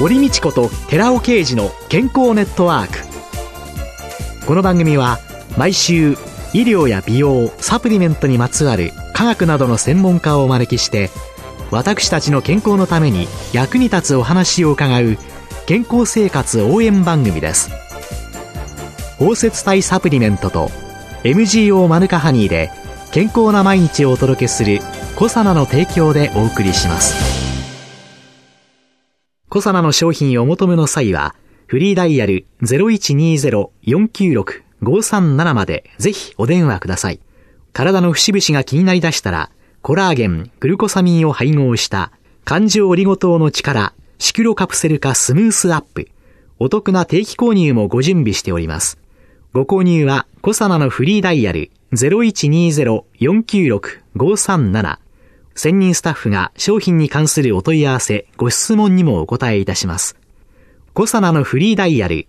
堀道子と寺尾啓二の健康ネットワーク。この番組は毎週医療や美容、サプリメントにまつわる科学などの専門家をお招きして、私たちの健康のために役に立つお話を伺う健康生活応援番組です。包摂体サプリメントと MGO マヌカハニーで健康な毎日をお届けするコサナの提供でお送りします。コサナの商品をお求めの際はフリーダイヤル 0120-496-537 までぜひお電話ください。体の節々が気になりだしたら、コラーゲン、グルコサミンを配合した環状オリゴ糖の力シクロカプセル化スムースアップ、お得な定期購入もご準備しております。ご購入はコサナのフリーダイヤル 0120-496-537、専任スタッフが商品に関するお問い合わせ、ご質問にもお答えいたします。コサナのフリーダイヤル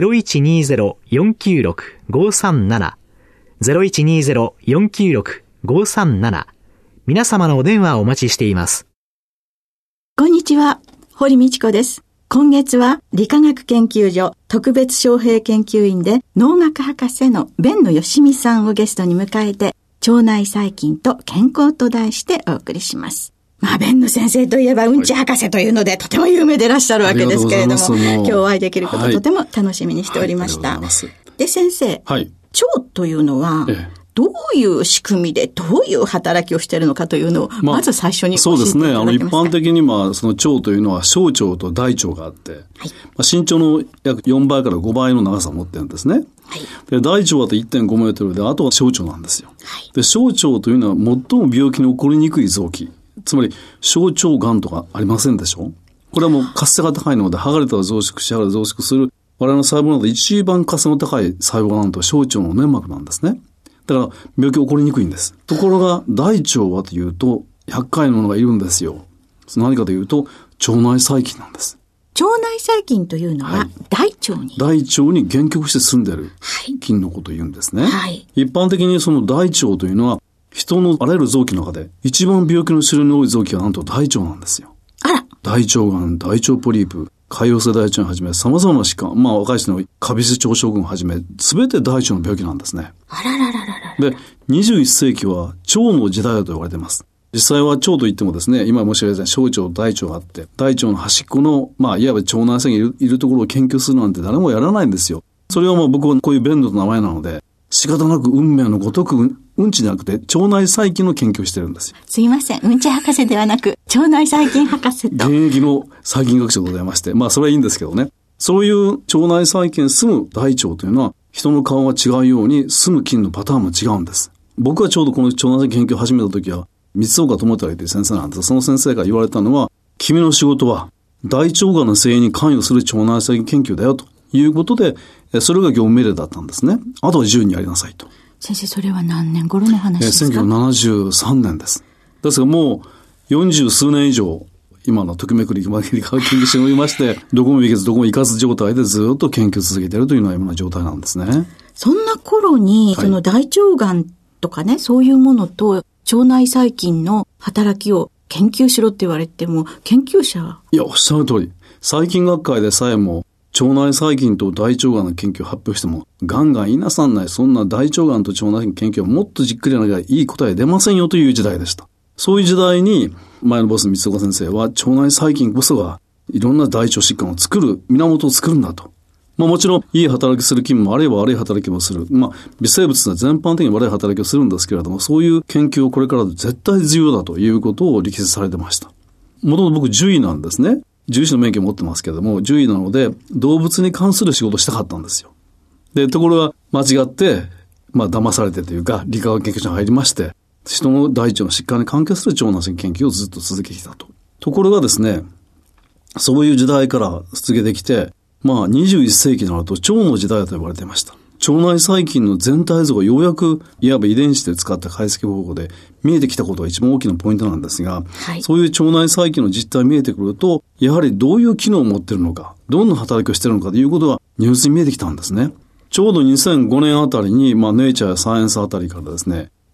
0120-496-537、0120-496-537、皆様のお電話をお待ちしています。 こんにちは、堀道子です。今月は理化学研究所特別招聘研究員で農学博士の辨野義美さんをゲストに迎えて、腸内細菌と健康と題してお送りします。辨野先生といえばうんち博士というので、とても有名でいらっしゃるわけですけれども、今日お会いできること、とても楽しみにしておりました。で、先生、腸というのは、どういう仕組みでどういう働きをしているのかというのを、まず最初に教えていただけますか。 そうですね。一般的にその腸というのは小腸と大腸があって、身長の約4倍から5倍の長さを持ってるんですね。で、大腸は 1.5 メートルで、あとは小腸なんですよ。で、小腸というのは最も病気に起こりにくい臓器。つまり小腸がんとかありませんでしょ。これはもう活性が高いので、剥がれたら増殖し、剥がれたら増殖する我々の細胞などで一番活性の高い細胞がなんと小腸の粘膜なんですね。だから病気起こりにくいんです。ところが大腸はというと厄介なものがいるんですよ。何かというと腸内細菌なんです。 腸内細菌というのは、大腸に限局して住んでいる菌のことを言うんですね。一般的にその大腸というのは人のあらゆる臓器の中で一番病気の種類の多い臓器はなんと大腸なんですよ。大腸がん、大腸ポリープ、潰瘍性大腸炎をはじめ様々な疾患、若い人の過敏性腸症候群をはじめ全て大腸の病気なんですね。で、21世紀は腸の時代だと言われています。実際は腸といってもですね、今申し上げた小腸、大腸があって、大腸の端っこの、いわば腸内細菌がいるところを研究するなんて誰もやらないんですよ。それは僕はこういう辨野の名前なので、仕方なく運命のごとくうんちじゃなくて腸内細菌の研究をしてるんですよ。 すいません。うんち博士ではなく腸内細菌博士と。 現役の細菌学者でございまして、それはいいんですけどね。そういう腸内細菌住む大腸というのは人の顔が違うように住む菌のパターンも違うんです。僕はちょうどこの腸内細菌研究を始めた時は三岡智太郎という先生なんです。その先生から言われたのは、君の仕事は大腸がんの生因に関与する腸内細菌研究だよということで、それが業務命令だったんですね。あとは自由にやりなさいと。 先生、それは何年頃の話ですか ？1973年です。ですがもう40数年以上、今のときめく理化学研究しておりまして、どこも行けずどこも行かず状態でずっと研究続けているというような状態なんですね。 そんな頃に、その大腸がんとかね、そういうものと腸内細菌の働きを研究しろって言われても、研究者は？ いや、おっしゃる通り。細菌学会でさえも、腸内細菌と大腸がんの研究を発表しても、ガンガン言いなさんない、そんな大腸がんと腸内細菌研究はもっとじっくりやらなきゃいい答え出ませんよという時代でした。そういう時代に、前のボス三岡先生は、腸内細菌こそがいろんな大腸疾患を作る、源を作るんだと。もちろん、いい働きする菌もあれば悪い働きもする。微生物は全般的に悪い働きをするんですけれども、そういう研究をこれから絶対重要だということを力説されてました。もともと僕獣医なんですね。獣医師の免許を持ってますけれども、獣医なので動物に関する仕事をしたかったんですよ。で、ところが間違って、騙されてというか、理化学研究所に入りまして、人の大腸の疾患に関係する腸内細菌研究をずっと続けてきたと。ところがですね、そういう時代から続けてきて、21世紀になると腸の時代だと呼ばれていました。腸内細菌の全体像がようやくいわば遺伝子で使った解析方法で見えてきたことが一番大きなポイントなんですが、そういう腸内細菌の実態が見えてくると、やはりどういう機能を持っているのか、どんな働きをしているのかということが如実に見えてきたんですね。ちょうど2005年あたりに、ネイチャーやサイエンスあたりからですね、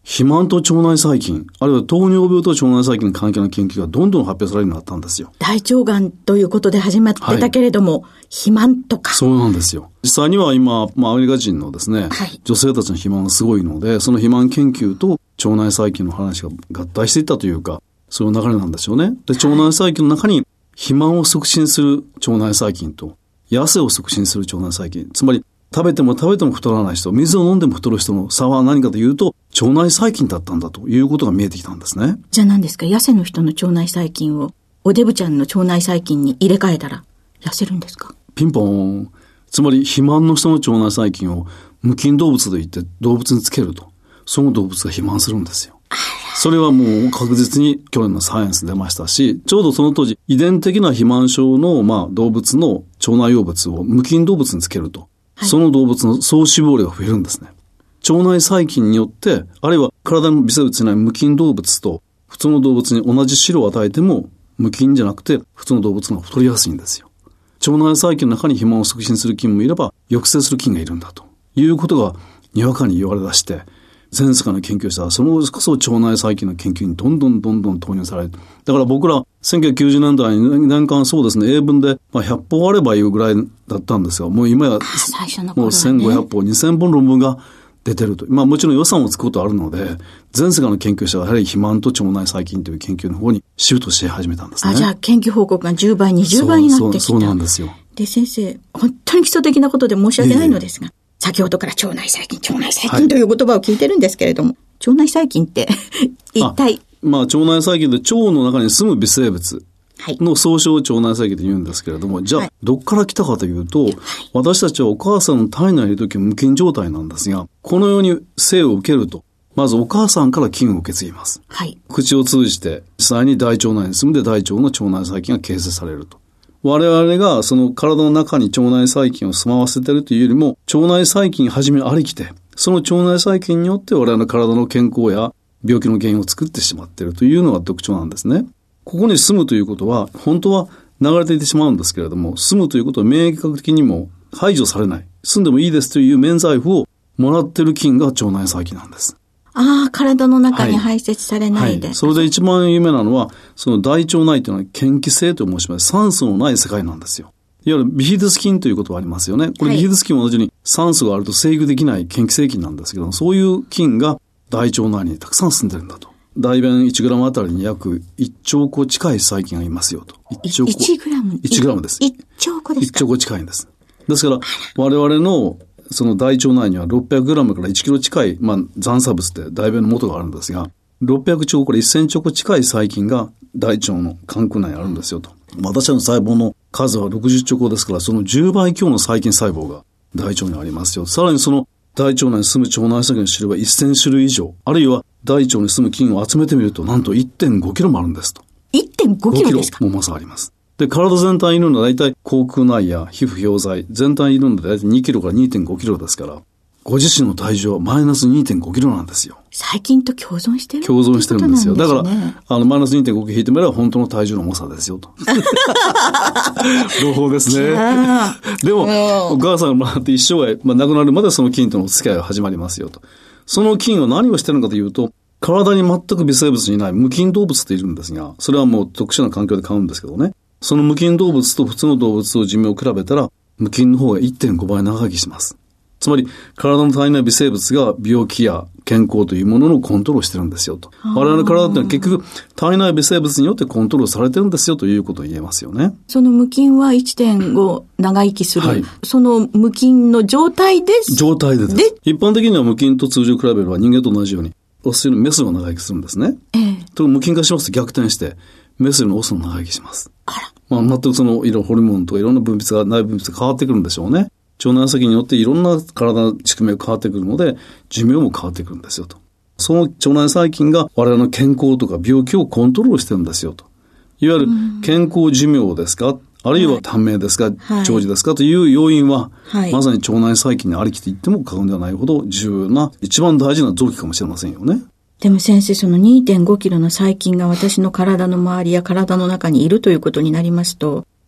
肥満と腸内細菌、あるいは糖尿病と腸内細菌の関係の研究がどんどん発表されるようになったんですよ。 大腸がんということで始まってたけれども、肥満とか。 そうなんですよ。実際には今、アメリカ人のですね、女性たちの肥満がすごいので、その肥満研究と腸内細菌の話が合体していったというか、そういう流れなんですよね。で、腸内細菌の中に肥満を促進する腸内細菌と、痩せを促進する腸内細菌。つまり、食べても太らない人、水を飲んでも太る人の差は何かというと、腸内細菌だったんだということが見えてきたんですね。 じゃあ何ですか、痩せの人の腸内細菌をおデブちゃんの腸内細菌に入れ替えたら痩せるんですか？ ピンポーン。つまり肥満の人の腸内細菌を無菌動物で言って動物につけると、その動物が肥満するんですよ。それはもう確実に去年のサイエンス出ましたし、ちょうどその当時遺伝的な肥満症の動物の腸内溶物を無菌動物につけると、その動物の総脂肪量が増えるんですね。腸内細菌によって、あるいは体の微生物にない無菌動物と普通の動物に同じ汁を与えても無菌じゃなくて普通の動物が太りやすいんですよ。腸内細菌の中に肥満を促進する菌もいれば抑制する菌がいるんだということがにわかに言われ出して、全世界の研究者はそのこそ腸内細菌の研究にどんどん投入される。だから僕ら1990年代に年間そうですね、英文で100本あればいいぐらいだったんですが、もう今やもう1500本、2000本論文が出てると。もちろん予算をつくことあるので、全世界の研究者はやはり肥満と腸内細菌という研究の方にシフトし始めたんですね。 じゃあ研究報告が10倍、20倍になってきた。 そうなんですよ。 で、先生、本当に基礎的なことで申し訳ないのですが、先ほどから腸内細菌という言葉を聞いてるんですけれども、腸内細菌って一体。 腸内細菌で腸の中に住む微生物の総称を腸内細菌と言うんですけれども、じゃあどっから来たかというと、私たちはお母さんの体内にいるときは無菌状態なんですが、このように生を受けると、まずお母さんから菌を受け継ぎます。口を通じて実際に大腸内に住んで大腸の腸内細菌が形成されると。我々がその体の中に腸内細菌を住まわせているというよりも、腸内細菌はじめありきて、その腸内細菌によって我々の体の健康や病気の原因を作ってしまっているというのが特徴なんですね。ここに住むということは、本当は流れていってしまうんですけれども、住むということは免疫学的にも排除されない。住んでもいいですという免罪符をもらっている菌が腸内細菌なんです。 体の中に排泄されないで。 それで一番有名なのは、その大腸内というのは嫌気性と申します。酸素のない世界なんですよ。いわゆるビフィズス菌ということがありますよね。これビフィズス菌も同じように酸素があると制御できない嫌気性菌なんですけども、そういう菌が大腸内にたくさん住んでるんだと。大便 1g あたりに約1兆個近い細菌がいますよと。1g です。 1兆個ですか？ 1兆個近いんです。ですから我々のその大腸内には 600g から 1kg 近い、残差物って大便の元があるんですが、600兆個から1000兆個近い細菌が大腸の管腔内にあるんですよと。私たちの細胞の数は60兆個ですから、その10倍強の細菌細胞が大腸にありますよ。さらにその大腸内に住む腸内細菌の種類は1000種類以上、あるいは大腸に住む菌を集めてみると、なんと 1.5 キロもあるんですと。 1.5 キロですか？ も重さあります。で、体全体にいるのは大体口腔内や皮膚表剤全体にいるので大体2キロから 2.5 キロですから、ご自身の体重はマイナス 2.5 キロなんですよ。 細菌と共存してるんですよ。だからマイナス 2.5 キロ引いてみれば本当の体重の重さですよと。朗報ですね。でもお母さんがもらって一生涯、亡くなるまでその菌との付き合いが始まりますよと。その菌は何をしてるのかというと、体に全く微生物にない無菌動物っているんですが、それはもう特殊な環境で飼うんですけどね。その無菌動物と普通の動物の寿命を比べたら、無菌の方が 1.5 倍長生きします。つまり、体の体内微生物が病気や健康というもののコントロールしてるんですよと。我々の体ってのは結局、体内微生物によってコントロールされてるんですよということを言えますよね。 その無菌は 1.5 長生きする。その無菌の状態です。 状態でです。一般的には無菌と通常比べれば人間と同じように、オスよりメスが長生きするんですね。と無菌化しますと逆転して、メスよりオスの長生きします。全くそのいろんなホルモンとかいろんな分泌が、内分泌が変わってくるんでしょうね。腸内細菌によっていろんな体の仕組みが変わってくるので、寿命も変わってくるんですよと。その腸内細菌が我々の健康とか病気をコントロールしてるんですよと。いわゆる健康寿命ですか、あるいは短命ですか、長寿ですかという要因は、まさに腸内細菌にありきと言っても過言ではないほど重要な、一番大事な臓器かもしれませんよね。 でも先生、その 2.5 キロの細菌が私の体の周りや体の中にいるということになりますと、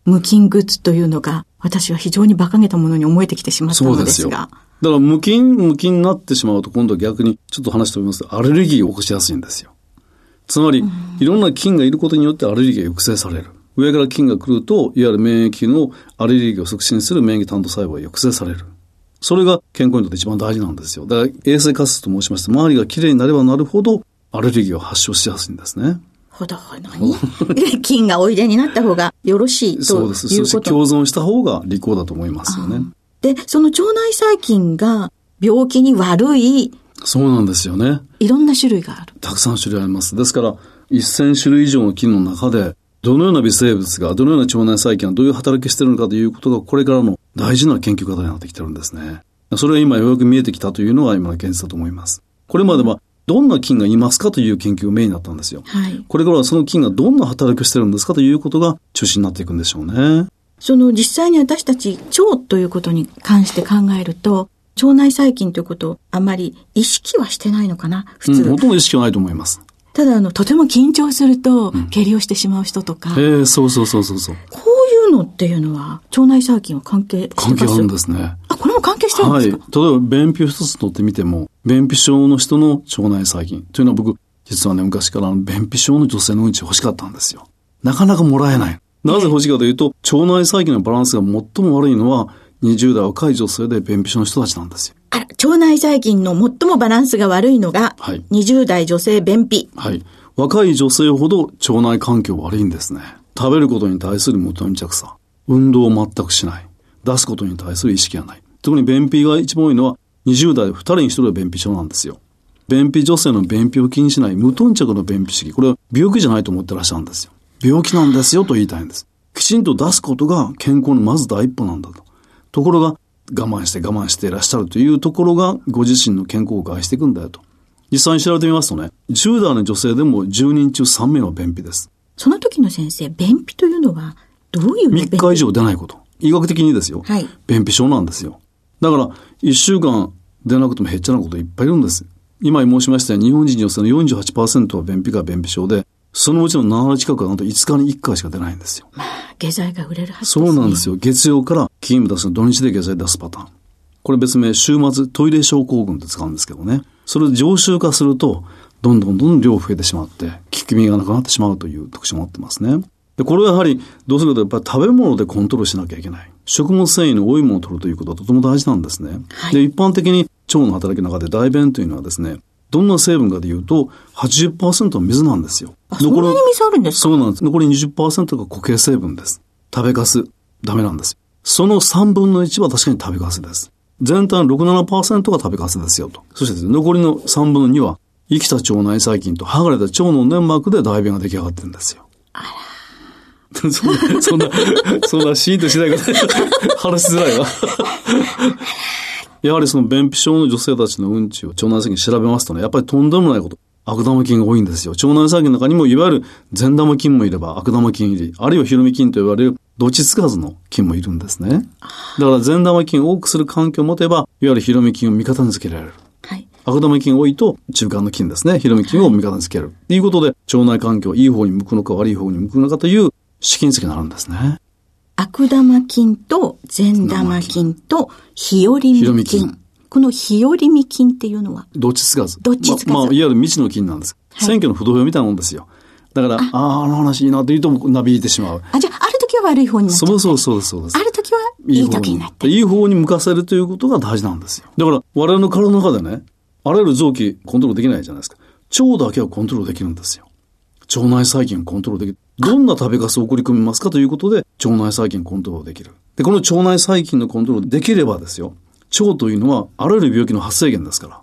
無菌グッズというのが、私は非常に馬鹿げたものに思えてきてしまったのですが。そうですよ。 だから無菌になってしまうと、今度は逆にちょっと話しておりますと、アレルギーを起こしやすいんですよ。つまり、いろんな菌がいることによってアレルギーが抑制される。上から菌が来ると、いわゆる免疫のアレルギーを促進する免疫担当細胞が抑制される。それが健康にとって一番大事なんですよ。だから衛生活動と申しまして、周りがきれいになればなるほど、アレルギーを発症しやすいんですね。 ほどほどに菌がおいでになった方がよろしいということ。そうです。 そして共存した方が利口だと思いますよね。 で、その腸内細菌が病気に悪い。 そうなんですよね。 いろんな種類がある。 たくさん種類あります。ですから、1000種類以上の菌の中で、どのような微生物が、どのような腸内細菌がどういう働きしているのかということが、これからの大事な研究課題になってきてるんですね。それが今ようやく見えてきたというのが今の現実だと思います。これまでは、どんな菌がいますかという研究がメインになったんですよ。はい、これからはその菌がどんな働きをしているんですかということが中心になっていくんでしょうね。 その実際に私たち腸ということに関して考えると、腸内細菌ということをあまり意識はしてないのかな、普通。 ほとんど意識はないと思います。 ただとても緊張すると下痢をしてしまう人とか、 そう。こういうのっていうのは腸内細菌は関係してます？ 関係あるんですね。 これも関係してるんですか？ はい。例えば便秘を一つ取ってみても、便秘症の人の腸内細菌というのは僕実はね、昔から便秘症の女性のうんち欲しかったんですよ。なかなかもらえない。なぜ欲しいかというと、腸内細菌のバランスが最も悪いのは20代若い女性で便秘症の人たちなんですよ。 腸内細菌の最もバランスが悪いのが、20代女性便秘。 はい。若い女性ほど腸内環境悪いんですね。食べることに対する無頓着さ。運動を全くしない。出すことに対する意識がない。特に便秘が一番多いのは20代2人に1人は便秘症なんですよ。便秘女性の便秘を気にしない無頓着の便秘主義。これは病気じゃないと思ってらっしゃるんですよ。病気なんですよと言いたいんです。きちんと出すことが健康のまず第一歩なんだと。ところが我慢していらっしゃるというところがご自身の健康を害していくんだよと。実際に調べてみますとね、10代の女性でも10人中3名は便秘です。 その時の先生、便秘というのはどういう 3日以上出ないこと。医学的にですよ。はい。便秘症なんですよ。だから1週間出なくてもへっちゃなこといっぱいいるんです。今申しましたように日本人女性の 48% は便秘か便秘症で、そのうちの7割近くはなんと5日に1回しか出ないんですよ。 下剤が売れるはずですね。 そうなんですよ。月曜から金曜日出すの土日で下剤出すパターン。これ別名週末トイレ症候群って使うんですけどね。それで常習化するとどんどん量増えてしまって効き目がなくなってしまうという特徴を持ってますね。で、これはやはりどうするかとやっぱり食べ物でコントロールしなきゃいけない。食物繊維の多いものを取るということはとても大事なんですね。はい、で、一般的に腸の働きの中で大便というのはですね、どんな成分かでいうと 80% は水なんですよ。 そんなに水あるんですか？ そうなんです。残り 20% が固形成分です。食べかすダメなんです。その3分の1は確かに食べかすです。全体の 6-7% が食べかすですよと。そして残りの3分の2は生きた腸内細菌と剥がれた腸の粘膜で大便が出来上がってるんですよ。 あら。 そんなシーンとしないから話しづらいわ。やはりその便秘症の女性たちのうんちを腸内細菌調べますとね、やっぱりとんでもないこと。悪玉菌が多いんですよ。腸内細菌の中にもいわゆる善玉菌もいれば悪玉菌入り、あるいはヒロミ菌と言われるどっちつかずの菌もいるんですね。だから善玉菌を多くする環境を持てば、いわゆるヒロミ菌を味方につけられる。はい、悪玉菌が多いと中間の菌ですね。ヒロミ菌を味方につける。ということで、腸内環境いい方に向くのか悪い方に向くのかという試金石になるんですね。 悪玉菌と善玉菌とヒヨリミ菌。このヒヨリミ菌っていうのはどっちつかず。 どっちつかず。 いわゆる未知の菌なんです。はい、選挙の不動票みたいなもんですよ。だから、あの話いいなと言うとなびいてしまう。 じゃあ、ある時は悪い方になっちゃう。 そうです。 ある時はいい時になって。 いい方に向かせるということが大事なんですよ。だから、我々の体の中でね、あらゆる臓器コントロールできないじゃないですか。腸だけはコントロールできるんですよ。腸内細菌をコントロールできる。どんな食べかすを送り込みますかということで、腸内細菌コントロールできる。で、この腸内細菌のコントロールできればですよ、腸というのはあらゆる病気の発生源ですから、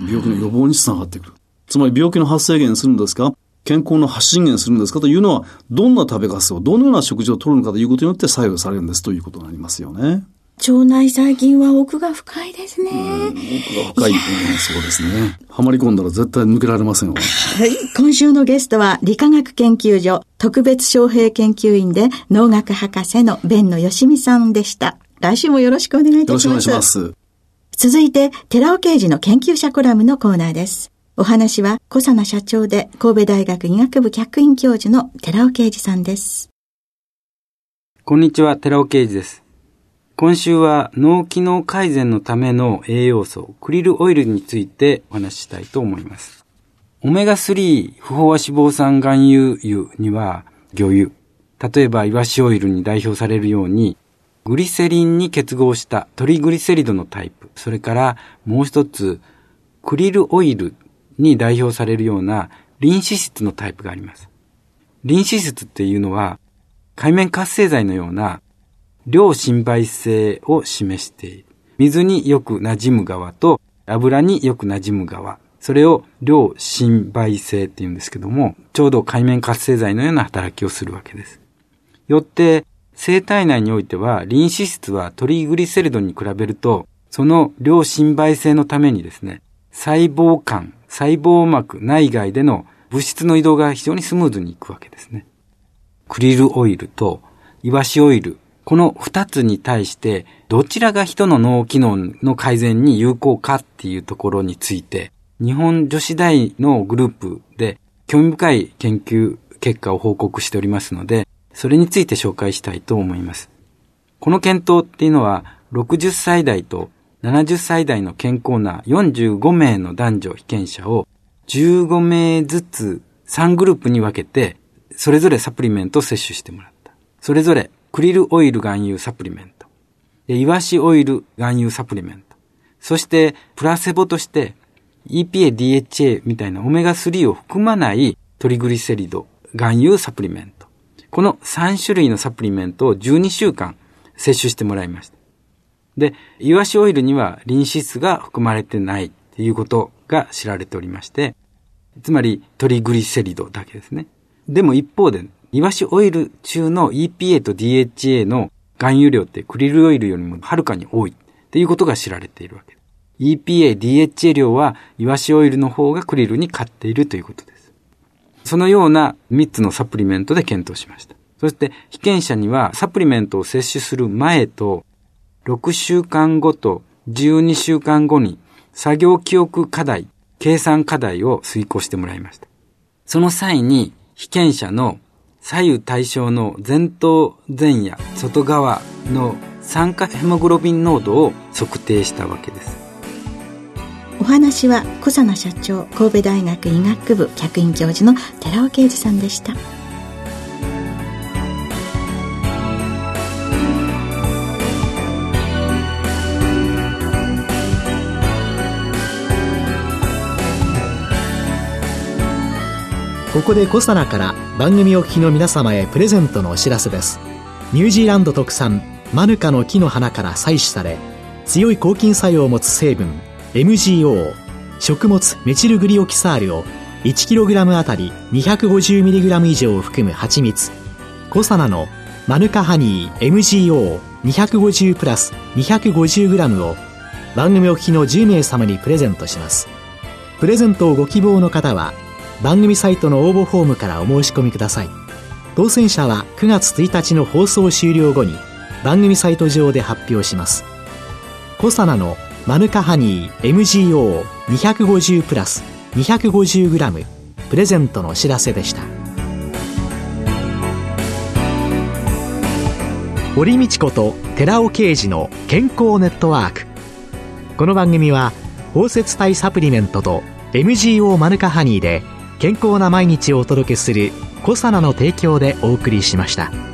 病気の予防につながってくる。つまり病気の発生源にするんですか、健康の発信源にするんですかというのは、どんな食べかすを、どのような食事を取るのかということによって左右されるんですということになりますよね。 腸内細菌は奥が深いですね。 奥が深い。そうですね。はまり込んだら絶対抜けられませんわ。 はい。今週のゲストは理化学研究所特別招聘研究員で農学博士の辨野義美さんでした。来週もよろしくお願いいたします。 よろしくお願いします。 続いて、寺尾啓二の研究者コラムのコーナーです。お話は、小佐奈社長で神戸大学医学部客員教授の寺尾啓二さんです。 こんにちは、寺尾啓二です。今週は脳機能改善のための栄養素、クリルオイルについてお話ししたいと思います。オメガ3不飽和脂肪酸含有油には魚油、例えばイワシオイルに代表されるように、グリセリンに結合したトリグリセリドのタイプ、それからもう一つ、クリルオイルに代表されるようなリン脂質のタイプがあります。リン脂質っていうのは、界面活性剤のような両親媒性を示している。水によく馴染む側と油によく馴染む側。それを両親媒性って言うんですけども、ちょうど界面活性剤のような働きをするわけです。よって、生体内においては、リン脂質はトリグリセリドに比べると、その両親媒性のためにですね、細胞間、細胞膜内外での物質の移動が非常にスムーズにいくわけですね。クリルオイルとイワシオイル、この2つに対してどちらが人の脳機能の改善に有効かっていうところについて、日本女子大のグループで興味深い研究結果を報告しておりますので、それについて紹介したいと思います。この検討っていうのは60歳代と70歳代の健康な45名の男女被験者を15名ずつ3グループに分けて、それぞれサプリメントを摂取してもらった。それぞれクリルオイル含有サプリメント、イワシオイル含有サプリメント、そしてプラセボとして EPA、DHA みたいなオメガ3を含まないトリグリセリド含有サプリメント。この3種類のサプリメントを12週間摂取してもらいました。で、イワシオイルにはリン脂質が含まれてないっていうことが知られておりまして、つまりトリグリセリドだけですね。でも一方で、イワシオイル中の EPA と DHA の含有量ってクリルオイルよりもはるかに多いっていうことが知られているわけです。EPA、DHA 量はイワシオイルの方がクリルに勝っているということです。そのような3つのサプリメントで検討しました。そして被験者にはサプリメントを摂取する前と6週間後と12週間後に作業記憶課題、計算課題を遂行してもらいました。その際に被験者の左右対称の前頭前野外側の酸化ヘモグロビン濃度を測定したわけです。 お話は小佐奈社長、神戸大学医学部客員教授の寺尾啓二さんでした。 ここでコサナから番組お聞きの皆様へプレゼントのお知らせです。ニュージーランド特産マヌカの木の花から採取され、強い抗菌作用を持つ成分 MGO 食物メチルグリオキサールを 1kg あたり 250mg 以上を含む蜂蜜コサナのマヌカハニー MGO250 プラス 250g を番組お聞きの10名様にプレゼントします。プレゼントをご希望の方は番組サイトの応募フォームからお申し込みください。当選者は9月1日の放送終了後に番組サイト上で発表します。コサナのマヌカハニー MGO250 プラス 250g プレゼントのお知らせでした。堀道子と寺尾啓二の健康ネットワーク。この番組は包摂体サプリメントと MGO マヌカハニーで健康な毎日をお届けするコサナの提供でお送りしました。